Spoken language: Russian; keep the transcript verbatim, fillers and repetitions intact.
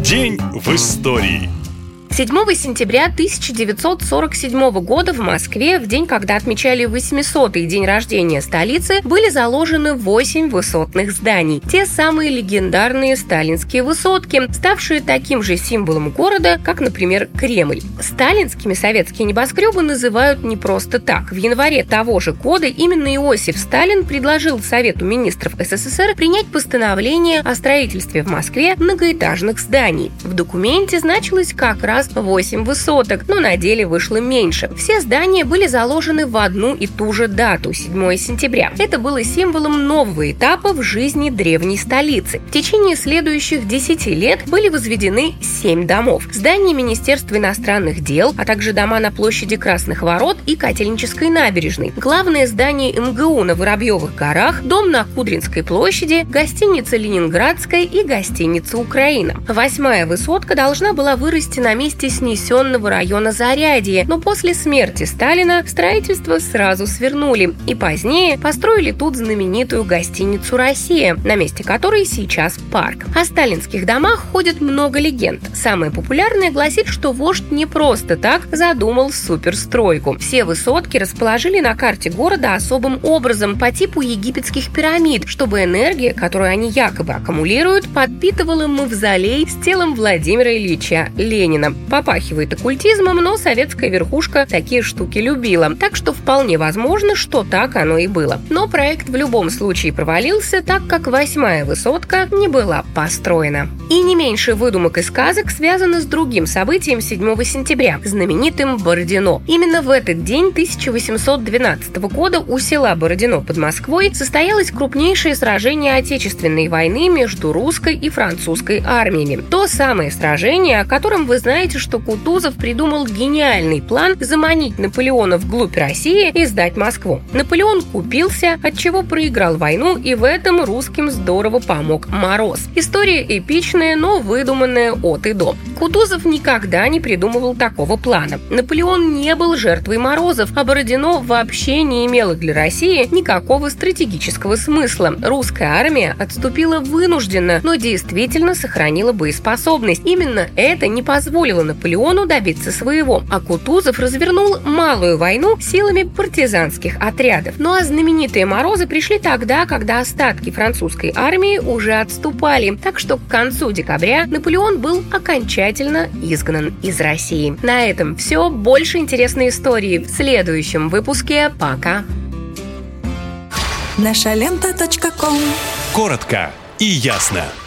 День в истории. седьмого сентября тысяча девятьсот сорок седьмого года в Москве, в день, когда отмечали восьмисотый день рождения столицы, были заложены восемь высотных зданий. Те самые легендарные сталинские высотки, ставшие таким же символом города, как, например, Кремль. Сталинскими советские небоскребы называют не просто так. В январе того же года именно Иосиф Сталин предложил Совету министров СССР принять постановление о строительстве в Москве многоэтажных зданий. В документе значилось как раз восемь высоток, но на деле вышло меньше. Все здания были заложены в одну и ту же дату – седьмого сентября. Это было символом нового этапа в жизни древней столицы. В течение следующих десяти лет были возведены семь домов. Здание Министерства иностранных дел, а также дома на площади Красных Ворот и Котельнической набережной. Главное здание эм гэ у на Воробьевых горах, дом на Кудринской площади, гостиница Ленинградская и гостиница Украина. Восьмая высотка должна была вырасти на месте снесенного района Зарядье, но после смерти Сталина строительство сразу свернули и позднее построили тут знаменитую гостиницу «Россия», на месте которой сейчас парк. О сталинских домах ходит много легенд. Самая популярная гласит, что вождь не просто так задумал суперстройку. Все высотки расположили на карте города особым образом, по типу египетских пирамид, чтобы энергия, которую они якобы аккумулируют, подпитывала мавзолей с телом Владимира Ильича Ленина. Попахивает оккультизмом, но советская верхушка такие штуки любила, так что вполне возможно, что так оно и было. Но проект в любом случае провалился, так как восьмая высотка не была построена. И не меньше выдумок и сказок связано с другим событием седьмого сентября – знаменитым Бородино. Именно в этот день тысяча восемьсот двенадцатого года у села Бородино под Москвой состоялось крупнейшее сражение Отечественной войны между русской и французской армиями. То самое сражение, о котором вы знаете, что Кутузов придумал гениальный план заманить Наполеона вглубь России и сдать Москву. Наполеон купился, отчего проиграл войну, и в этом русским здорово помог Мороз. История эпичная, но выдуманная от и до. Кутузов никогда не придумывал такого плана. Наполеон не был жертвой Морозов, а Бородино вообще не имело для России никакого стратегического смысла. Русская армия отступила вынужденно, но действительно сохранила боеспособность. Именно это не позволило Наполеону добиться своего, а Кутузов развернул малую войну силами партизанских отрядов. Ну а знаменитые Морозы пришли тогда, когда остатки французской армии уже отступали, так что к концу декабря Наполеон был окончательно изгнан из России. На этом все. Больше интересной истории в следующем выпуске. Пока! наша лента точка ком. Коротко и ясно.